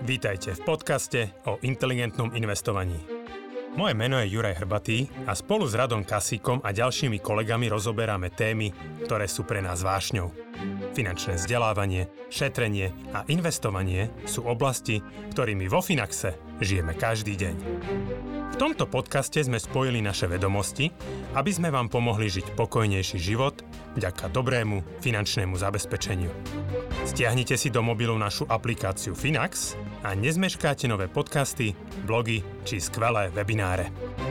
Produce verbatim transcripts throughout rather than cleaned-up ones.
Vítajte v podcaste o inteligentnom investovaní. Moje meno je Juraj Hrbatý a spolu s Radom Kasíkom a ďalšími kolegami rozoberáme témy, ktoré sú pre nás vášňou. Finančné vzdelávanie, šetrenie a investovanie sú oblasti, ktorými vo Finaxe žijeme každý deň. V tomto podcaste sme spojili naše vedomosti, aby sme vám pomohli žiť pokojnejší život vďaka dobrému finančnému zabezpečeniu. Stiahnite si do mobilu našu aplikáciu Finax a nezmeškáte nové podcasty, blogy či skvelé webináre.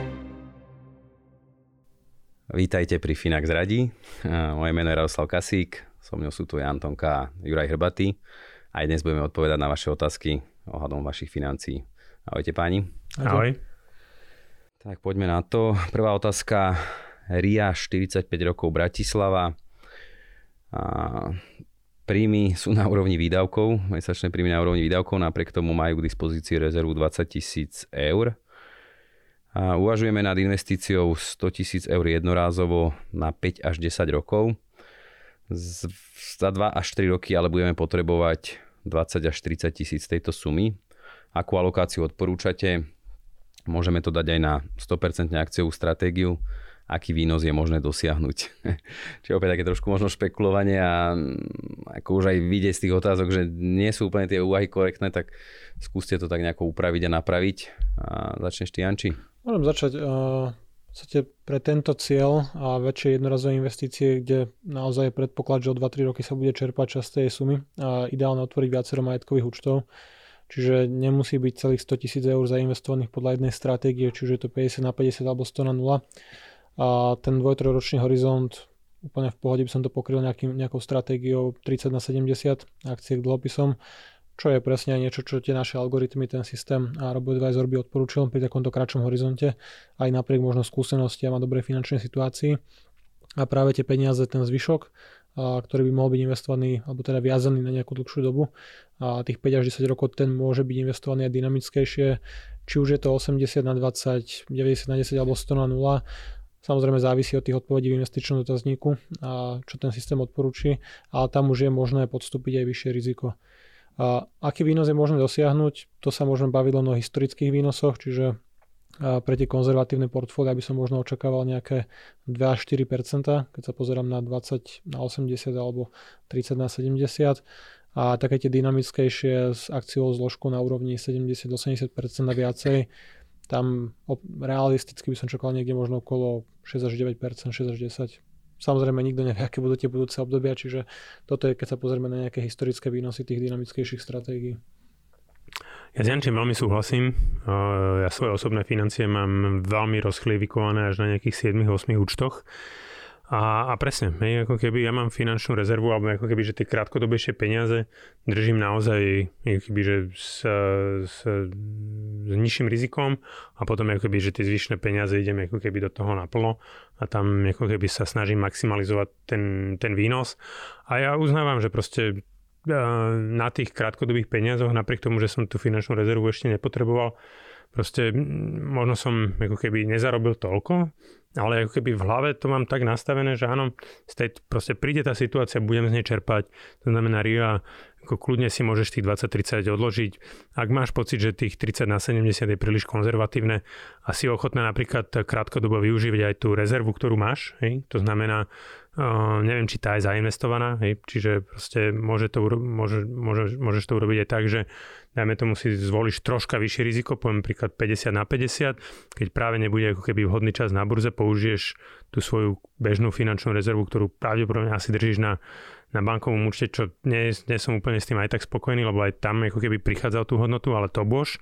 Vítajte pri Finax radí. Moje meno je Radoslav Kasík, so mnou sú tu Antonka a Juraj Hrbatý. Aj dnes budeme odpovedať na vaše otázky ohľadom vašich financií. Ahojte páni. Ahoj. Tak poďme na to. Prvá otázka. Ria, štyridsaťpäť rokov, Bratislava. A príjmy sú na úrovni výdavkov, mesačné príjmy na úrovni výdavkov, napriek tomu majú k dispozícii rezervu dvadsať tisíc eur. A uvažujeme nad investíciou sto tisíc eur jednorázovo na päť až desať rokov. Z, za dva až tri roky ale budeme potrebovať dvadsať až tridsať tisíc tejto sumy. Akú alokáciu odporúčate? Môžeme to dať aj na sto percent akciovú stratégiu. Aký výnos je možné dosiahnuť? Čiže opäť také trošku možno špekulovanie a ako už aj vidieť z tých otázok, že nie sú úplne tie úvahy korektné, tak skúste to tak nejako upraviť a napraviť. A začneš ty, Janči? Môžem začať. Uh, pre tento cieľ a väčšie jednorazové investície, kde naozaj je predpoklad, že o dva tri roky sa bude čerpať časť tej sumy, a ideálne otvoriť viacero majetkových účtov. Čiže nemusí byť celých sto tisíc eur zainvestovaných podľa jednej stratégie, čiže je to päťdesiat na päťdesiat alebo sto na nula. A ten dvoj-trojročný horizont úplne v pohode by som to pokryl nejakým, nejakou stratégiou tridsať na sedemdesiat akcie k dlhopisom, čo je presne aj niečo, čo tie naše algoritmy, ten systém a RoboAdvisor by odporúčil pri takomto kratšom horizonte, aj napriek možno skúsenostiam a dobrej finančnej situácii. A práve tie peniaze, ten zvyšok, a ktorý by mohol byť investovaný, alebo teda viazaný na nejakú dlhšiu dobu. A tých päť až desať rokov ten môže byť investovaný aj dynamickejšie, či už je to osemdesiat na dvadsať, deväťdesiat na desať alebo sto na nula. Samozrejme závisí od tých odpovedí v investičnom dotazníku a čo ten systém odporúči, ale tam už je možné podstúpiť aj vyššie riziko. A aký výnos je možné dosiahnuť? To sa môžeme baviť len o historických výnosoch, čiže pre tie konzervatívne portfólia by som možno očakával nejaké dva až štyri percentá, keď sa pozerám na dvadsať na osemdesiat alebo tridsať na sedemdesiat. A také tie dynamickejšie s akciovou zložkou na úrovni sedemdesiat až osemdesiat percent a viacej, tam realisticky by som čakal niekde možno okolo šesť až deväť percent, šesť až desať percent. Samozrejme nikto nevie, aké budú tie budúce obdobia, čiže toto je, keď sa pozrieme na nejaké historické výnosy tých dynamickejších stratégií. Ja s Jančím veľmi súhlasím. Ja svoje osobné financie mám veľmi rozchlievikované až na nejakých sedem osem účtoch. A, a presne, hej, ako keby ja mám finančnú rezervu, alebo ako keby, že tie krátkodobejšie peniaze držím naozaj ako keby, že s, s, s nižším rizikom a potom ako keby, že tie zvyšné peniaze idem ako keby do toho naplno a tam ako keby sa snažím maximalizovať ten, ten výnos. A ja uznávam, že proste na tých krátkodobých peniazoch, napriek tomu, že som tú finančnú rezervu ešte nepotreboval, proste možno som ako keby nezarobil toľko, ale ako keby v hlave to mám tak nastavené, že áno, z tej, proste príde tá situácia, budem z nej čerpať, to znamená Ria, ako kľudne si môžeš tých dvadsať tridsať odložiť. Ak máš pocit, že tých tridsať na sedemdesiat je príliš konzervatívne a si ochotná napríklad krátkodobo využívať aj tú rezervu, ktorú máš, hej? To znamená, uh, neviem, či tá je zainvestovaná, hej? Čiže proste môže to uro- môže, môže, môžeš to urobiť aj tak, že dajme tomu si zvolíš troška vyššie riziko, poviem príklad päťdesiat na päťdesiat, keď práve nebude ako keby vhodný čas na burze, použiješ tú svoju bežnú finančnú rezervu, ktorú pravdepodobne asi držíš na na bankovom účte, čo nie, nie som úplne s tým aj tak spokojný, lebo aj tam ako keby prichádza o tú hodnotu, ale to bož,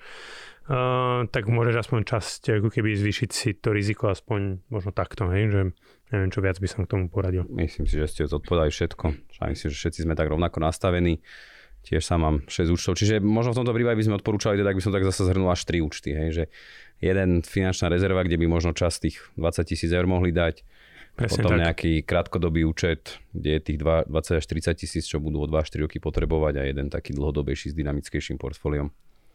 uh, tak môžeš aspoň časť ako keby zvýšiť si to riziko aspoň možno takto, hej, že neviem, čo viac by som k tomu poradil. Myslím si, že ste odpovedali všetko. Myslím, že všetci sme tak rovnako nastavení. Tiež sa mám šesť účtov, čiže možno v tomto prípade by sme odporúčali, teda, ak by som tak zase zhrnul až tri účty, hej, že jeden finančná rezerva, kde by možno časť tých dvadsať tisíc eur mohli dať, presne potom tak. Nejaký krátkodobý účet, kde je tých dvadsať až tridsať tisíc, čo budú o dva až štyri roky potrebovať a jeden taký dlhodobejší s dynamickejším portfóliom.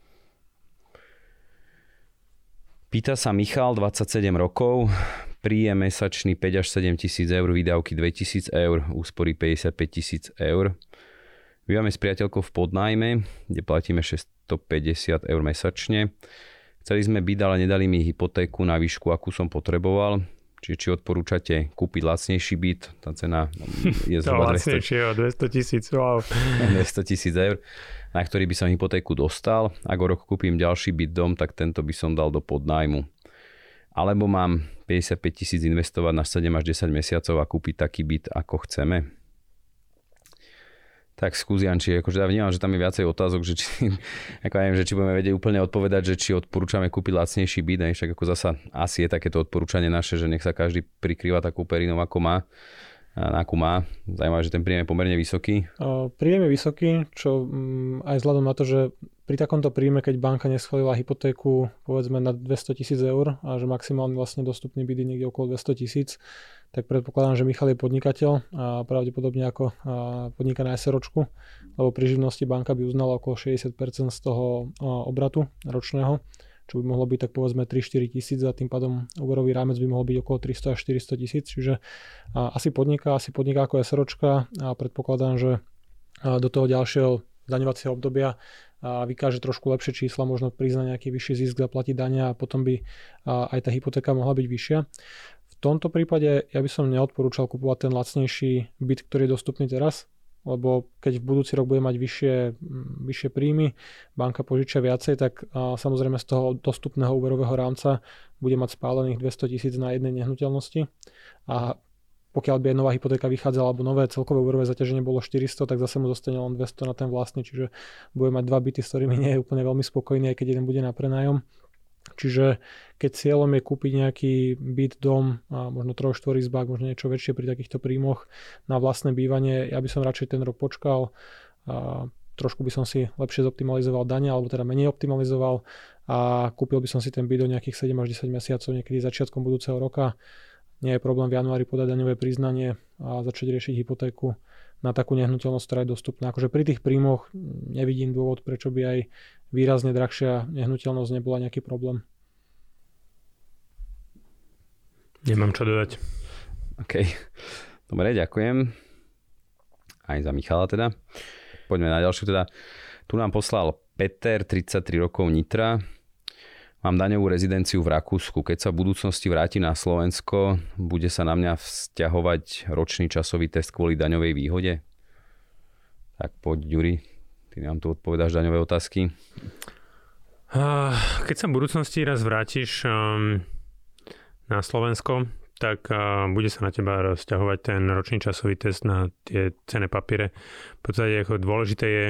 Pýta sa Michal, dvadsaťsedem rokov, príjem mesačný päť až sedem tisíc eur, výdavky dvetisíc eur, úspory päťdesiatpäť tisíc eur. Bývame s priateľkou v podnájme, kde platíme šesťstopäťdesiat eur mesačne. Chceli sme byť, ale nedali mi hypotéku na výšku, akú som potreboval. Čiže či odporúčate kúpiť lacnejší byt, tá cena je zhruba dvesto tisíc, wow. dvesto tisíc eur, na ktorý by som hypotéku dostal. Ak o rok kúpim ďalší byt dom, tak tento by som dal do podnájmu. Alebo mám päťdesiatpäť tisíc investovať na sedem až desať mesiacov a kúpiť taký byt, ako chceme. Tak skús, Janči, akože ja vnímam, že tam je viacej otázok, že či, ako neviem, že či budeme vedieť úplne odpovedať, že či odporúčame kúpiť lacnejší byt, ne? Však ako zasa asi je takéto odporúčanie naše, že nech sa každý prikrýva takú perinou, ako má, akú má. Zajímavé, že ten príjem je pomerne vysoký. Príjem je vysoký, čo aj vzhľadom na to, že pri takomto príjme, keď banka neschválila hypotéku povedzme na dvesto tisíc eur a že maximálny vlastne dostupný byt je niekde okolo dvesto tisíc, tak predpokladám, že Michal je podnikateľ a pravdepodobne ako podniká na SROčku, lebo pri živnosti banka by uznala okolo šesťdesiat percent z toho obratu ročného, čo by mohlo byť tak povedzme tri až štyri tisíc a tým pádom úverový rámec by mohol byť okolo tristo až štyristo tisíc, čiže asi podniká, asi podniká ako SROčka a predpokladám, že do toho ďalšieho zdaňovacieho obdobia a vykáže trošku lepšie čísla, možno prísť na nejaký vyšší zisk, zaplatiť dane a potom by aj tá hypotéka mohla byť vyššia. V tomto prípade ja by som neodporúčal kupovať ten lacnejší byt, ktorý je dostupný teraz, lebo keď v budúci rok bude mať vyššie, vyššie príjmy, banka požičia viacej, tak samozrejme z toho dostupného úverového rámca bude mať spálených dvesto tisíc na jednej nehnuteľnosti a pokiaľ by aj nová hypotéka vychádzala alebo nové celkové úverové zaťaženie bolo štyristo, tak zase mu zostane len dvesto na ten vlastný, čiže bude mať dva byty, s ktorými nie je úplne veľmi spokojný, aj keď jeden bude na prenájom. Čiže keď cieľom je kúpiť nejaký byt, dom, a možno troj štvorizbák, možno niečo väčšie pri takýchto príjmoch na vlastné bývanie, ja by som radšej ten rok počkal, a trošku by som si lepšie zoptimalizoval dane, alebo teda menej optimalizoval a kúpil by som si ten byt do nejakých sedem až desať mesiacov, niekedy začiatkom budúceho roka. Nie je problém v januári podať daňové priznanie a začať riešiť hypotéku na takú nehnuteľnosť, ktorá je dostupná. Akože pri tých príjmoch nevidím dôvod, prečo by aj výrazne drahšia nehnuteľnosť nebola nejaký problém. Nemám čo dodať. OK. Dobre, ďakujem. Aj za Michala teda. Poďme na ďalšiu teda. Tu nám poslal Peter, tridsaťtri rokov, Nitra. Mám daňovú rezidenciu v Rakúsku. Keď sa v budúcnosti vrátim na Slovensko, bude sa na mňa vzťahovať ročný časový test kvôli daňovej výhode? Tak poď, Ďuri, ty nám tu odpovedáš daňové otázky. Keď sa v budúcnosti raz vrátiš na Slovensko, tak bude sa na teba vzťahovať ten ročný časový test na tie cenné papiere. V podstate ako dôležité je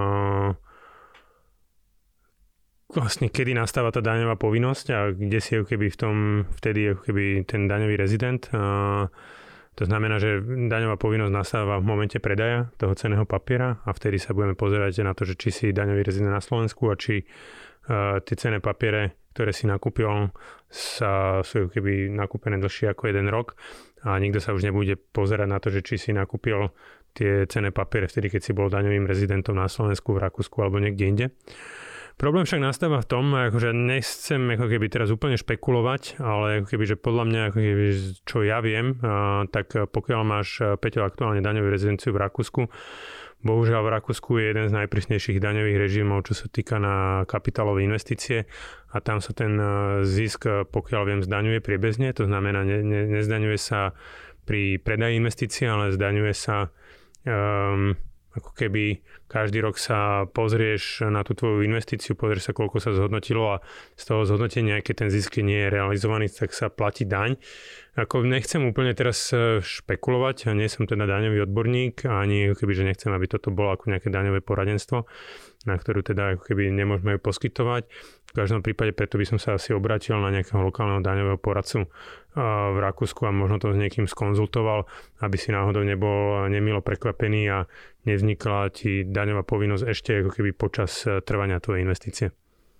vlastne kedy nastáva tá daňová povinnosť a kde si ako keby v tom, vtedy ako keby ten daňový rezident. A to znamená, že daňová povinnosť nastáva v momente predaja toho cenného papiera a vtedy sa budeme pozerať na to, že či si daňový rezident na Slovensku a či uh, tie cenné papiere, ktoré si nakúpil, sa, sú keby nakúpené dlhšie ako jeden rok a nikto sa už nebude pozerať na to, že či si nakúpil tie cenné papiere vtedy, keď si bol daňovým rezidentom na Slovensku, v Rakúsku alebo niekde inde. Problém však nastáva v tom, akože nechcem ako keby teraz úplne špekulovať, ale ako keby, že podľa mňa, ako keby, čo ja viem, a, tak pokiaľ máš, Peťo, aktuálne daňovú rezidenciu v Rakúsku, bohužiaľ v Rakúsku je jeden z najprísnejších daňových režimov, čo sa týka na kapitálové investície a tam sa ten zisk, pokiaľ viem, zdaňuje priebezne, to znamená, ne, ne, nezdaňuje sa pri predaji investície, ale zdaňuje sa um, ako keby každý rok sa pozrieš na tú tvoju investíciu, pozrieš sa, koľko sa zhodnotilo a z toho zhodnotenia, keď ten zisk nie je realizovaný, tak sa platí daň. Ako nechcem úplne teraz špekulovať, nie som teda daňový odborník a ani ako keby, že nechcem, aby toto bolo ako nejaké daňové poradenstvo, na ktorú teda ako keby nemôžeme ju poskytovať. V každom prípade preto by som sa asi obrátil na nejakého lokálneho daňového poradcu v Rakúsku a možno to s niekým skonzultoval, aby si náhodou nebol nemilo prekvapený a nevznikla ti daňová povinnosť ešte ako keby počas trvania tvojej investície.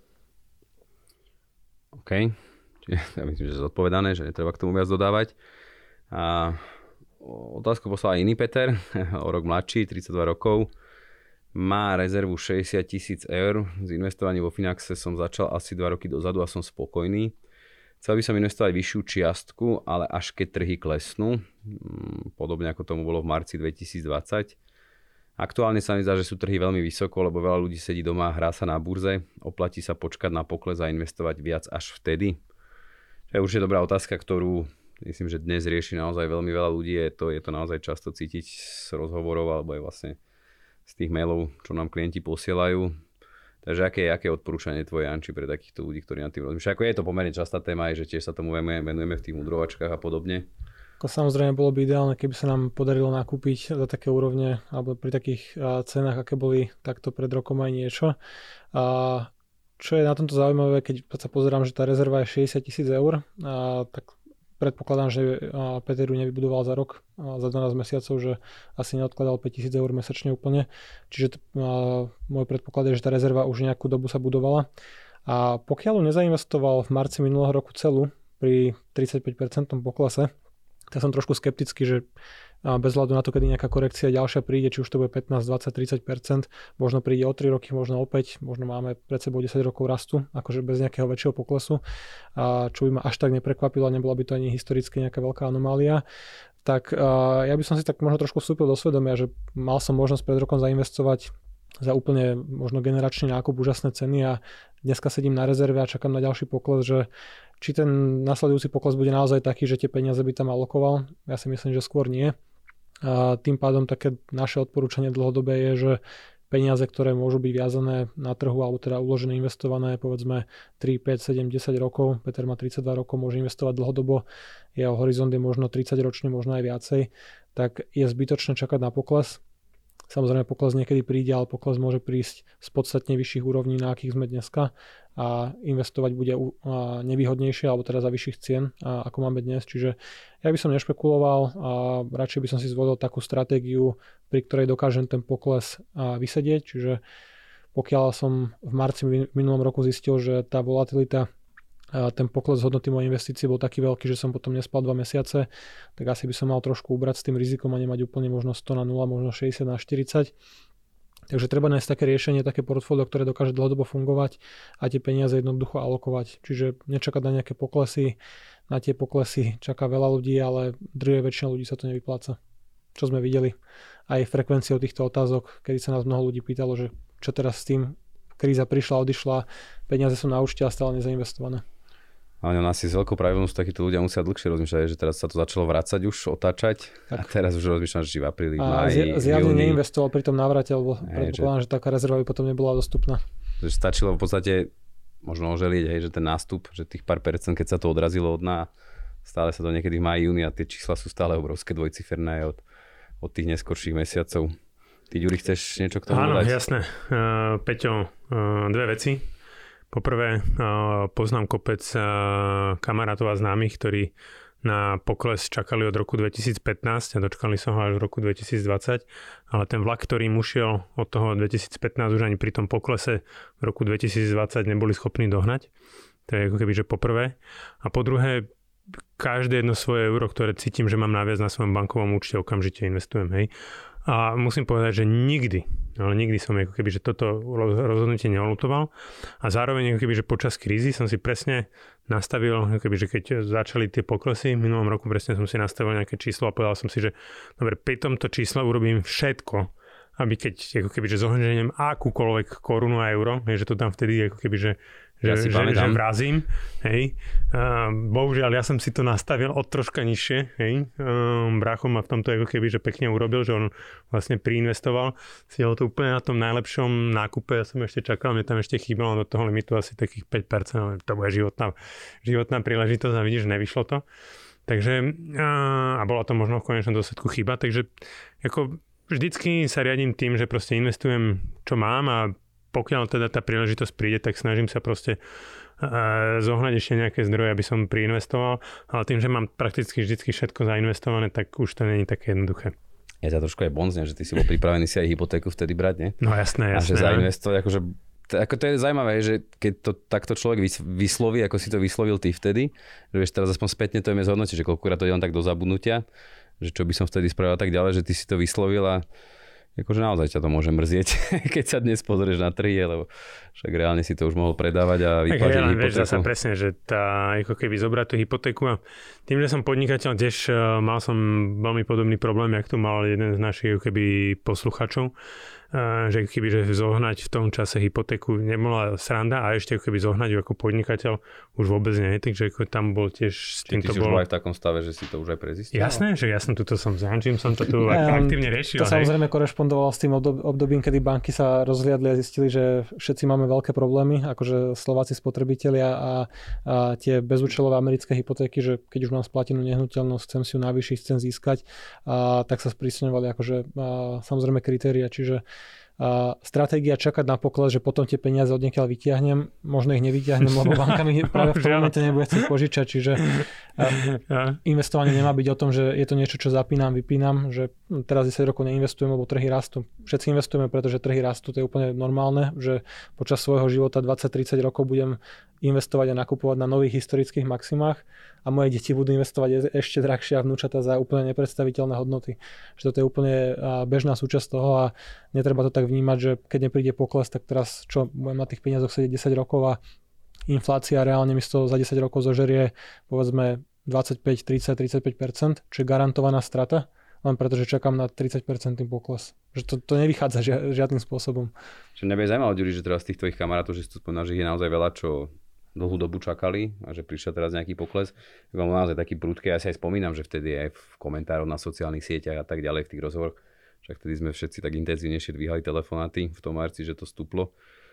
OK. Čiže ja myslím, že je zodpovedané, že netreba k tomu viac dodávať. A otázku poslal aj iný Peter, o rok mladší, tridsaťdva rokov. Má rezervu šesťdesiat tisíc eur. Z investovania vo Finaxe som začal asi dva roky dozadu a som spokojný. Chcel by som investovať vyššiu čiastku, ale až keď trhy klesnú, podobne ako tomu bolo v marci dvetisícdvadsať. Aktuálne sa mi zdá, že sú trhy veľmi vysoko, lebo veľa ľudí sedí doma a hrá sa na burze. Oplatí sa počkať na pokles a investovať viac až vtedy? To je určite dobrá otázka, ktorú myslím, že dnes rieši naozaj veľmi veľa ľudí. Je to, je to naozaj často cítiť z rozhovorov alebo aj vlastne z tých mailov, čo nám klienti posielajú. Takže aké, aké odporúčanie tvoje, Janči, pre takýchto ľudí, ktorí nad tým rozmýšľajú? Ako je to pomerne častá téma, aj že tiež sa tomu venujeme v tých mudrovačkách a podobne. Ako samozrejme bolo by ideálne, keby sa nám podarilo nakúpiť za také úrovne alebo pri takých uh, cenách, aké boli takto pred rokom aj niečo. A čo je na tomto zaujímavé, keď sa pozerám, že tá rezerva je šesťdesiat tisíc eur, a tak predpokladám, že uh, Peter ju nevybudoval za rok, uh, za dvanásť mesiacov, že asi neodkladal päť tisíc eur mesačne úplne. Čiže uh, môj predpoklad je, že tá rezerva už nejakú dobu sa budovala. A pokiaľ ju nezainvestoval v marci minulého roku celú pri tridsaťpäť percent poklese, tak som trošku skeptický, že bez hľadu na to, kedy nejaká korekcia ďalšia príde, či už to bude pätnásť, dvadsať, tridsať percent, možno príde o tri roky, možno o päť, možno máme pred sebou desať rokov rastu, akože bez nejakého väčšieho poklesu, a čo by ma až tak neprekvapilo, nebola by to ani historicky nejaká veľká anomália. Tak ja by som si tak možno trošku vstúpil do svedomia, že mal som možnosť pred rokom zainvestovať za úplne možno generačný nákup, úžasné ceny a dneska sedím na rezerve a čakám na ďalší pokles, že či ten nasledujúci pokles bude naozaj taký, že tie peniaze by tam alokoval. Ja si myslím, že skôr nie. A tým pádom také naše odporúčanie dlhodobé je, že peniaze, ktoré môžu byť viazané na trhu alebo teda uložené, investované povedzme tri, päť, sedem, desať rokov, Peter má tridsaťdva rokov, môže investovať dlhodobo, jeho horizont je možno tridsať ročný, možno aj viacej, tak je zbytočné čakať na pokles. Samozrejme pokles niekedy príde, ale pokles môže prísť z podstatne vyšších úrovní, na akých sme dneska, a investovať bude nevýhodnejšie alebo teda za vyšších cien, ako máme dnes. Čiže ja by som nešpekuloval a radšej by som si zvolil takú stratégiu, pri ktorej dokážem ten pokles vysedieť. Čiže pokiaľ som v marci v minulom roku zistil, že tá volatilita, ten pokles hodnoty mojej investície bol taký veľký, že som potom nespal dva mesiace, tak asi by som mal trošku ubrať s tým rizikom a nemať úplne možno sto na nula, možno šesťdesiat na štyridsať. Takže treba nájsť také riešenie, také portfólio, ktoré dokáže dlhodobo fungovať a tie peniaze jednoducho alokovať. Čiže nečakať na nejaké poklesy, na tie poklesy čaká veľa ľudí, ale druhá väčšina ľudí sa to nevypláca. Čo sme videli aj frekvenciou týchto otázok, kedy sa nás mnoho ľudí pýtalo, že čo teraz s tým, kríza prišla, odišla, peniaze sú na účte a stále nezainvestované. Ale nás si s veľkou pravidelnosťou takíto ľudia musia dlhšie rozmýšľať, že teraz sa to začalo vracať už, otáčať, tak. A teraz už rozmýšľam, že v apríli, máji, zjavne neinvestoval pri tom návrate, lebo predpokladám, že... že taká rezerva by potom nebola dostupná. Že stačilo v podstate možno oželieť, hej, že ten nástup, že tých pár percent, keď sa to odrazilo od dna, stále sa to niekedy v máji, júni a tie čísla sú stále obrovské, dvojciferné od, od tých neskorších mesiacov. Ty, Ďuri, chceš niečo k tomu Áno, dať? Áno, jasné. Uh, Peťo, uh, dve veci. Poprvé, poznám kopec kamarátov a známych, ktorí na pokles čakali od roku dvetisícpätnásť a dočkali sa ho až v roku dvetisícdvadsať, ale ten vlak, ktorý im ušiel od toho dvetisícpätnásť, už ani pri tom poklese v roku dvetisícdvadsať neboli schopní dohnať. To je ako keby, že poprvé. A po druhé, každé jedno svoje euro, ktoré cítim, že mám naviac na svojom bankovom účte, okamžite investujem, hej. A musím povedať, že nikdy, ale nikdy som ako keby, že toto rozhodnutie neolutoval. A zároveň ako keby, že počas krízy som si presne nastavil, ako keby, že keď začali tie poklesy v minulom roku, presne som si nastavil nejaké číslo a povedal som si, že dobre, pri tomto čísle urobím všetko, aby keď ako keby, že zohľadňujem akúkoľvek korunu a euro, že to tam vtedy ako keby, že Že, ja že, že vrazím, hej. Uh, bohužiaľ, ja som si to nastavil od troška nižšie, hej. Uh, brácho ma v tomto ako keby, že pekne urobil, že on vlastne priinvestoval. Si ho to úplne na tom najlepšom nákupe, ja som ešte čakal, mne tam ešte chýbalo do toho limitu asi takých päť percent, ale to bude životná, životná príležitosť a vidíš, nevyšlo to. Takže, uh, a bola to možno v konečnom dôsledku chyba, takže ako vždycky sa riadím tým, že proste investujem, čo mám, a pokiaľ teda tá príležitosť príde, tak snažím sa proste uh, zohnať ešte nejaké zdroje, aby som priinvestoval, ale tým, že mám prakticky vždycky všetko zainvestované, tak už to nie je také jednoduché. Ja ťa trošku aj bonznem, že ty si bol pripravený si aj hypotéku vtedy brať, nie? No jasné, jasné. A že zainvestovať, akože, ako to je zaujímavé, že keď to takto človek vysloví, ako si to vyslovil ty vtedy, že vieš, teraz aspoň spätne to vieme zhodnotiť, že koľkokrát to je len tak do zabudnutia, že čo by som vtedy spravil tak ďalej, že ty si to vyslovil a akože naozaj ťa to môže mrzieť, keď sa dnes pozrieš na trhy, lebo však reálne si to už mohol predávať a vyplatiť ja, hypotéku. Vieš zasa presne, že tá, ako keby zobrať tú hypotéku a tým, že som podnikateľ, tiež uh, mal som veľmi podobný problém, jak tu mal jeden z našich keby posluchačov, uh, že keby že zohnať v tom čase hypotéku nebola sranda a ešte keby zohnať ju ako podnikateľ už vôbec nie, takže ako tam bol tiež s týmto bol... Ty si už bol aj v takom stave, že si to už aj prezistil? Jasné, že ja som tuto som s Jančím, som to tu ja, aktívne riešil. To samozrejme korešpondovalo s tým obdobím, kedy banky sa rozhliadli a zistili, že všetci máme veľké problémy, akože Slováci spotrebitelia a, a tie bezúčelové americké hypotéky, že keď už mám splatenú nehnuteľnosť, chcem si ju navýšiť, chcem získať, a tak sa sprísňovali akože a, samozrejme kritéria, čiže a stratégia čakať na pokles, že potom tie peniaze od niekiaľ vytiahnem, možno ich nevytiahnem, lebo banka mi práve v tom momente nebude chcieť požičať, čiže investovanie nemá byť o tom, že je to niečo, čo zapínam, vypínam, že teraz desať rokov neinvestujem, lebo trhy rastú. Všetci investujeme, pretože trhy rastú, to je úplne normálne, že počas svojho života dvadsať tridsať rokov budem investovať a nakupovať na nových historických maximách a moje deti budú investovať ešte drahšie a vnúčata za úplne nepredstaviteľné hodnoty. Že toto je úplne bežná súčasť toho a netreba to tak vnímať, že keď nepríde pokles, tak teraz čo, budem na tých peniazoch sedieť desať rokov a inflácia reálne mi z toho za desať rokov zožerie povedzme dvadsaťpäť, tridsať, tridsaťpäť percent, čo je garantovaná strata, len preto, že čakám na tridsať percent pokles. Že to, to nevychádza žia, žiadnym spôsobom. Čo mňa by zaujímalo, Ďuri, že teraz z tých tvojich kamarátov, že si tu spomínal, že ich je naozaj veľa, čo dlhú dobu čakali a že prišiel teraz nejaký pokles. Tak mám naozaj taký prudký, ja si aj spomínam, že vtedy aj v komentároch na sociálnych sieťach a tak ďalej v tých rozhovoroch, však vtedy sme všetci tak intenzívnejšie dvíhali telefonáty v tom marci, že to stúplo.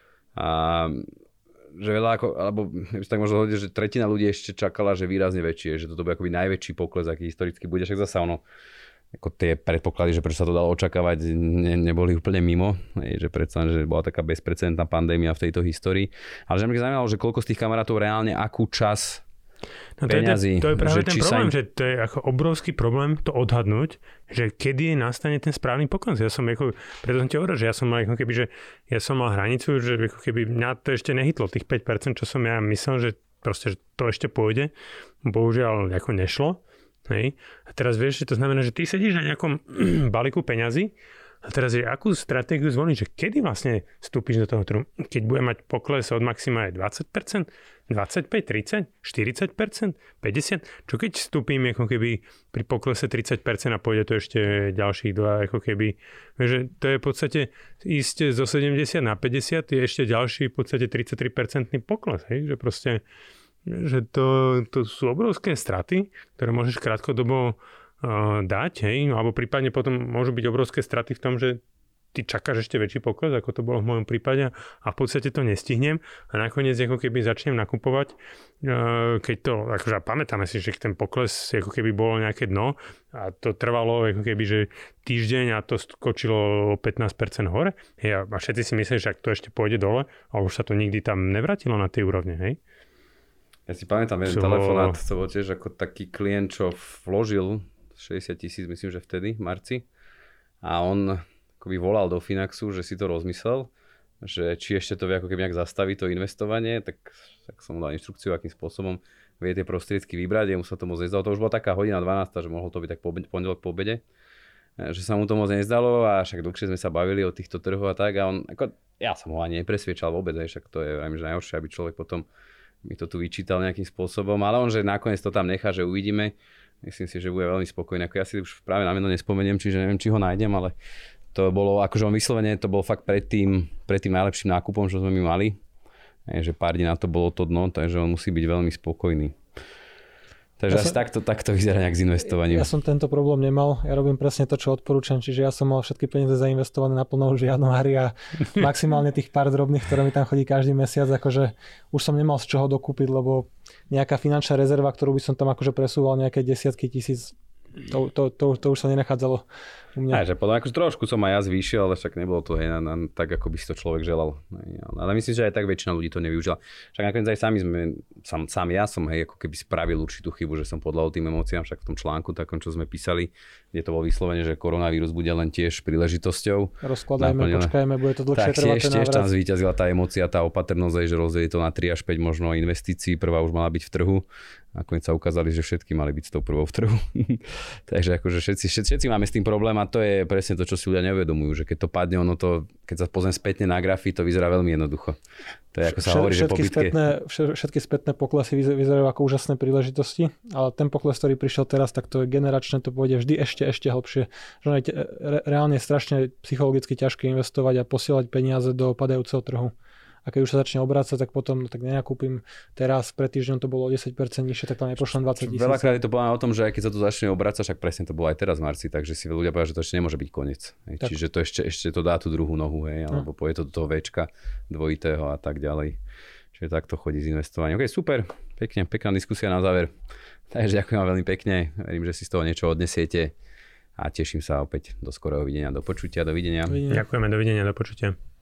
A že veľa ako, alebo tak možno hovoriť, že tretina ľudí ešte čakala, že výrazne väčšie, že toto bude akoby najväčší pokles, aký historicky bude, však zasa ono, ako tie predpoklady, že prečo sa to dalo očakávať, ne, neboli úplne mimo, že predsa, že bola taká bezprecedentná pandémia v tejto histórii. Ale že mňa zaujímalo, že koľko z tých kamarátov reálne akú čas no to peňazí. Je, to je práve že ten problém, im... že to je ako obrovský problém to odhadnúť, že kedy nastane ten správny pokles. Ja som ako, preto som ti hovoril, že ja som mal ako keby, že ja som mal hranicu, že ako keby mňa to ešte nehytlo, tých päť percent, čo som ja myslel, že proste, že to ešte pôjde. Bohužiaľ ako nešlo. Hej. A teraz vieš, že to znamená, že ty sedíš na nejakom balíku peňazí a teraz je, akú stratégiu zvoliť, že kedy vlastne vstúpiš do toho trhu? Keď bude mať pokles od maxima aj dvadsať percent, dvadsaťpäť, tridsať, štyridsať percent, päťdesiat percent? Čo keď vstúpim ako keby pri poklese tridsať percent a pôjde to ešte ďalších dva, ako keby, vieš, že to je v podstate ísť zo sedemdesiat na päťdesiat, je ešte ďalší v podstate tridsaťtri percentný pokles, hej, že proste že to, to sú obrovské straty, ktoré môžeš krátkodobo uh, dať, hej, alebo prípadne potom môžu byť obrovské straty v tom, že ty čakáš ešte väčší pokles, ako to bolo v mojom prípade a v podstate to nestihnem a nakoniec ako keby začnem nakupovať, uh, keď to, akože pamätáme si, že ten pokles ako keby bolo nejaké dno a to trvalo ako keby, že týždeň a to skočilo o pätnásť percent hore, hej, a všetci si mysleli, že ak to ešte pôjde dole, ale už sa to nikdy tam nevrátilo na tej úrovne, hej. Ja si pamätám jeden čo... telefonát, to bol tiež ako taký klient, čo vložil šesťdesiat tisíc, myslím, že vtedy, v marci. A on akoby volal do Finaxu, že si to rozmyslel, že či ešte to vie ako keby nejak zastaviť to investovanie, tak, tak som mu dal inštrukciu, akým spôsobom vie tie prostriedky vybrať, jemu sa to moc nezdalo. To už bola taká hodina dvanásta, že mohol to byť tak po pondelok po obede, že sa mu to moc nezdalo a však dlhšie sme sa bavili o týchto trhoch a tak a on, ako, ja som ho ani nepresviečal vôbec, však to je že najhoršie, aby človek potom mi to tu vyčítal nejakým spôsobom, ale on, že nakoniec to tam nechá, že uvidíme. Myslím si, že bude veľmi spokojný. Ako ja si už práve na meno nespomeniem, čiže neviem, či ho nájdem, ale to bolo, akože on vyslovene, to bol fakt pred tým, pred tým najlepším nákupom, čo sme my mali. Je, že pár dní na to bolo to dno, takže on musí byť veľmi spokojný. Takže ja asi som, takto, takto vyzerá nejak s investovaním. Ja som tento problém nemal, ja robím presne to, čo odporúčam, čiže ja som mal všetky peniaze zainvestované naplno už v januári a maximálne tých pár drobných, ktoré mi tam chodí každý mesiac, akože už som nemal z čoho dokúpiť, lebo nejaká finančná rezerva, ktorú by som tam akože presúval nejaké desiatky tisíc, to, to, to, to už sa nenachádzalo u mňa. Aj, že potom akože trošku som aj ja zvýšil, ale však nebolo to hej, na, na, tak, ako by si to človek želal. Ale myslím, že aj tak väčšina ľudí to nevyužila. Však nakoniec aj sami sme, sám, sám ja som hej, ako keby spravil určitú chybu, že som podľahol tým emóciám, však v tom článku takom, čo sme písali, kde to bolo vyslovene, že koronavírus bude len tiež príležitosťou. Rozkladajme, naplnené. Počkajme, bude to dlhšie trvať. Tak tiež tam zvíťazila tá emócia, tá opatrnosť, že rozdelí to na tri až päť možno investícií, prvá už mala byť v trhu. Nakoniec sa ukázali, že všetky mali byť s tou prvou v trhu. Takže akože všetci, všetci, všetci máme s tým problém a a to je presne to, čo si ľudia neuvedomujú, že keď to padne, ono to, keď sa pozriem spätne na grafy, to vyzerá veľmi jednoducho. To je ako sa hovorí, že po bitke. Spätné, všetky spätné poklesy vyzerajú ako úžasné príležitosti, ale ten pokles, ktorý prišiel teraz, tak to je generačné, to pôjde vždy ešte, ešte hlbšie. Že re, reálne je strašne psychologicky ťažké investovať a posielať peniaze do padajúceho trhu. A keď už sa začne obrácať, tak potom no, tak nenakúpim teraz, pred týždňom to bolo desať percent nižšie, tak tam nepošlem dvadsať tisíc. Veľakrát je to povedané o tom, že aj keď sa to začne obrácať, však presne to bolo aj teraz v marci, takže si ľudia povedia, že to ešte nemôže byť koniec. Čiže to ešte, ešte to dá tú druhú nohu, hej, alebo no. Pôjde to do toho Včka dvojitého a tak ďalej. Čiže takto chodí z investovania. OK, super, pekne, pekná diskusia na záver. Takže ďakujem vám veľmi pekne, verím, že si z toho niečo odnesiete a teším sa opäť do skorého videnia, do počutia, dovidenia. Ďakujeme, dovidenia, do počutia.